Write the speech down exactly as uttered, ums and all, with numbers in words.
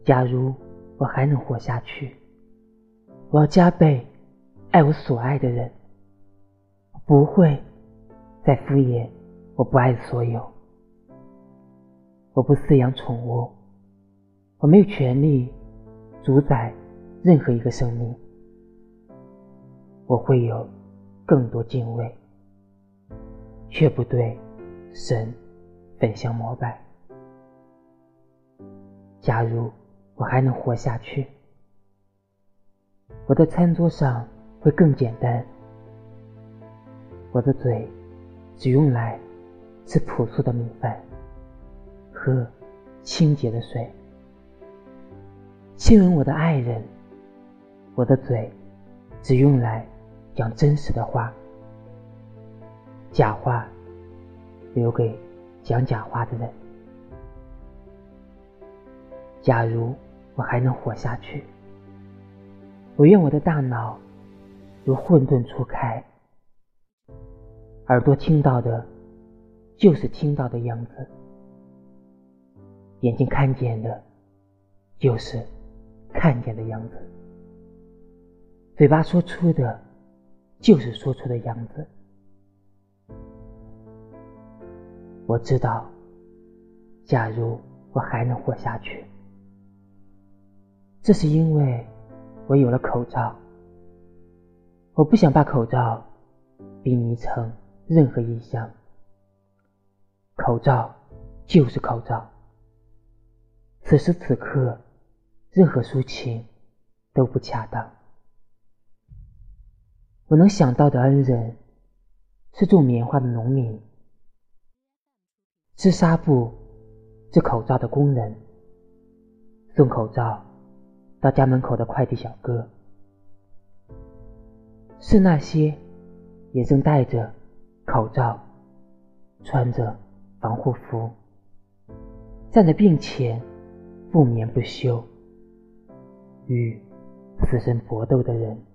假如我还能活下去，我要加倍爱我所爱的人，我不会再敷衍我不爱的所有。我不饲养宠物，我没有权利主宰任何一个生命。我会有更多敬畏，却不对神焚香膜拜。假如我还能活下去，我的餐桌上会更简单，我的嘴只用来吃朴素的米饭，喝清洁的水，亲吻我的爱人，我的嘴只用来讲真实的话，假话留给讲假话的人。假如我还能活下去，我愿我的大脑如混沌初开，耳朵听到的就是听到的样子，眼睛看见的就是看见的样子，嘴巴说出的就是说出的样子。我知道，假如我还能活下去，这是因为我有了口罩。我不想把口罩比拟成任何意象，口罩就是口罩。此时此刻，任何抒情都不恰当。我能想到的恩人是种棉花的农民，织纱布织口罩的工人，送口罩到家门口的快递小哥，是那些也正戴着口罩，穿着防护服，站在病前不眠不休，与死神搏斗的人。